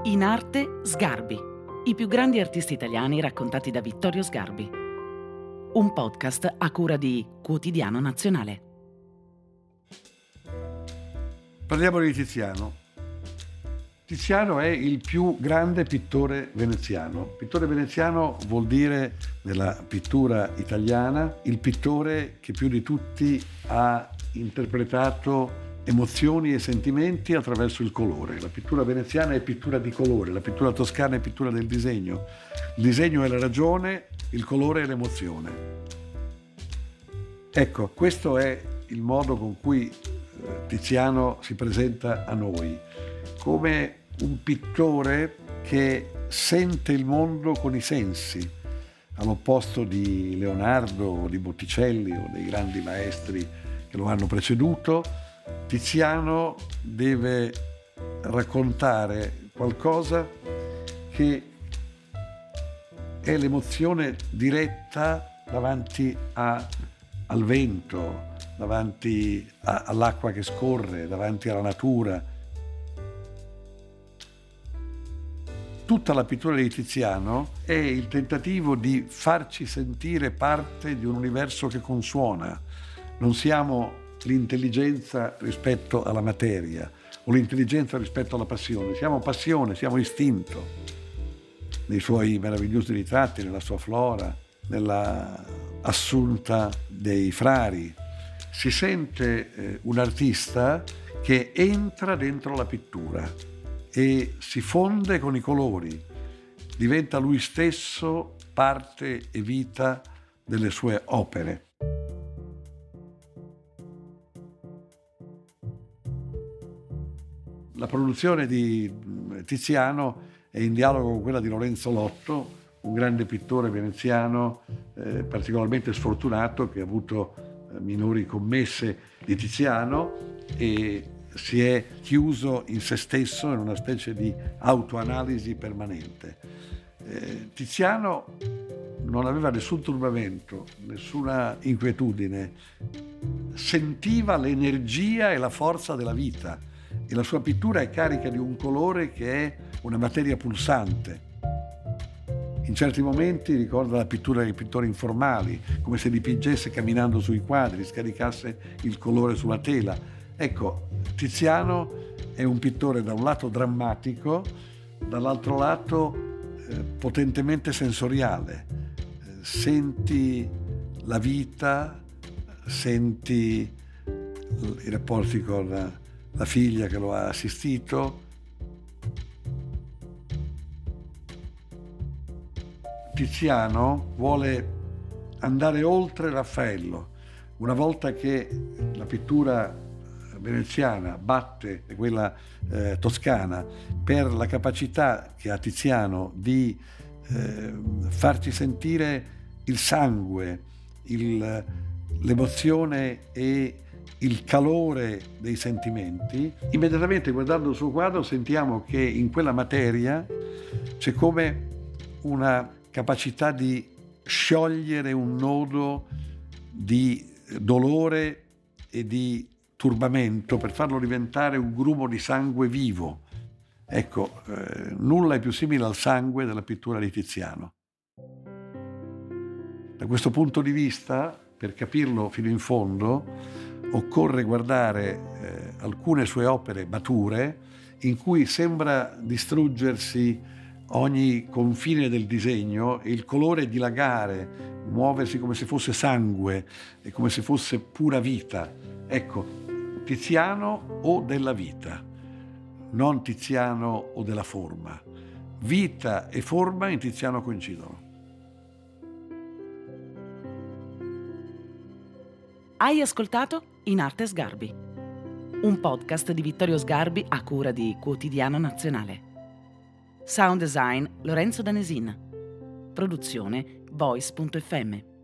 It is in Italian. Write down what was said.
In arte Sgarbi, i più grandi artisti italiani raccontati da Vittorio Sgarbi. Un podcast a cura di Quotidiano Nazionale. Parliamo di Tiziano. Tiziano è il più grande pittore veneziano. Pittore veneziano vuol dire, nella pittura italiana, il pittore che più di tutti ha interpretato emozioni e sentimenti attraverso il colore. La pittura veneziana è pittura di colore, la pittura toscana è pittura del disegno. Il disegno è la ragione, il colore è l'emozione. Ecco, questo è il modo con cui Tiziano si presenta a noi, come un pittore che sente il mondo con i sensi, all'opposto di Leonardo o di Botticelli o dei grandi maestri che lo hanno preceduto. Tiziano deve raccontare qualcosa che è l'emozione diretta davanti al vento, davanti all'acqua che scorre, davanti alla natura. Tutta la pittura di Tiziano è il tentativo di farci sentire parte di un universo che consuona. Non siamo l'intelligenza rispetto alla materia o l'intelligenza rispetto alla passione. Siamo passione, siamo istinto. Nei suoi meravigliosi ritratti, nella sua flora, nella Assunta dei Frari, si sente un artista che entra dentro la pittura e si fonde con i colori, diventa lui stesso parte e vita delle sue opere. La produzione di Tiziano è in dialogo con quella di Lorenzo Lotto, un grande pittore veneziano particolarmente sfortunato che ha avuto minori commesse di Tiziano e si è chiuso in se stesso in una specie di autoanalisi permanente. Tiziano non aveva nessun turbamento, nessuna inquietudine, sentiva l'energia e la forza della vita e la sua pittura è carica di un colore che è una materia pulsante. In certi momenti ricorda la pittura dei pittori informali, come se dipingesse camminando sui quadri, scaricasse il colore sulla tela. Ecco, Tiziano è un pittore da un lato drammatico, dall'altro lato potentemente sensoriale. Senti la vita, senti i rapporti con la figlia che lo ha assistito. Tiziano vuole andare oltre Raffaello. Una volta che la pittura veneziana batte quella toscana per la capacità che ha Tiziano di farci sentire il sangue, l'emozione e il calore dei sentimenti, immediatamente guardando il suo quadro sentiamo che in quella materia c'è come una capacità di sciogliere un nodo di dolore e di turbamento per farlo diventare un grumo di sangue vivo. Ecco, nulla è più simile al sangue della pittura di Tiziano. Da questo punto di vista, per capirlo fino in fondo, occorre guardare alcune sue opere mature in cui sembra distruggersi ogni confine del disegno e il colore dilagare, muoversi come se fosse sangue e come se fosse pura vita. Ecco, Tiziano o della vita, non Tiziano o della forma. Vita e forma in Tiziano coincidono. Hai ascoltato In arte Sgarbi, un podcast di Vittorio Sgarbi a cura di Quotidiano Nazionale. Sound design Lorenzo Danesin. Produzione Voice.fm.